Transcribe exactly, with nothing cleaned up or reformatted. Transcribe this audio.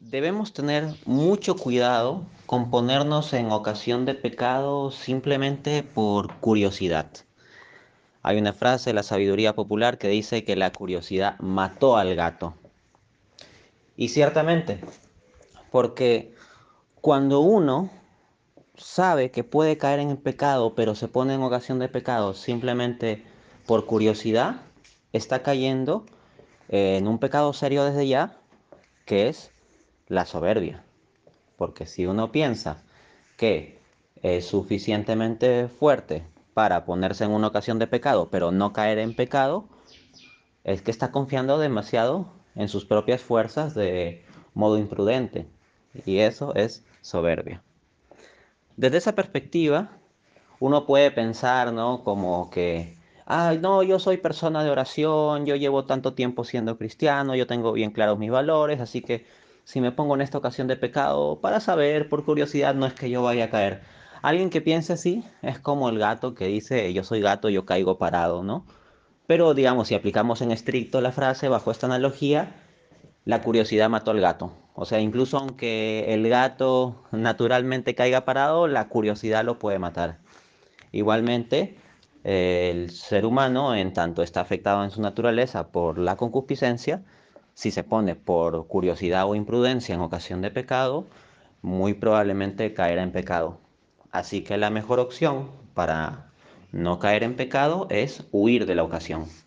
Debemos tener mucho cuidado con ponernos en ocasión de pecado simplemente por curiosidad. Hay una frase de la sabiduría popular que dice que la curiosidad mató al gato. Y ciertamente, porque cuando uno sabe que puede caer en el pecado, pero se pone en ocasión de pecado simplemente por curiosidad, está cayendo eh, en un pecado serio desde ya, que es la soberbia. Porque si uno piensa que es suficientemente fuerte para ponerse en una ocasión de pecado, pero no caer en pecado, es que está confiando demasiado en sus propias fuerzas de modo imprudente. Y eso es soberbia. Desde esa perspectiva, uno puede pensar, ¿no? Como que, ay, no, yo soy persona de oración, yo llevo tanto tiempo siendo cristiano, yo tengo bien claros mis valores, así que si me pongo en esta ocasión de pecado, para saber, por curiosidad, no es que yo vaya a caer. Alguien que piense así es como el gato que dice, yo soy gato, yo caigo parado, ¿no? Pero digamos, si aplicamos en estricto la frase bajo esta analogía, la curiosidad mató al gato. O sea, incluso aunque el gato naturalmente caiga parado, la curiosidad lo puede matar. Igualmente, eh, el ser humano, en tanto está afectado en su naturaleza por la concupiscencia, si se pone por curiosidad o imprudencia en ocasión de pecado, muy probablemente caerá en pecado. Así que la mejor opción para no caer en pecado es huir de la ocasión.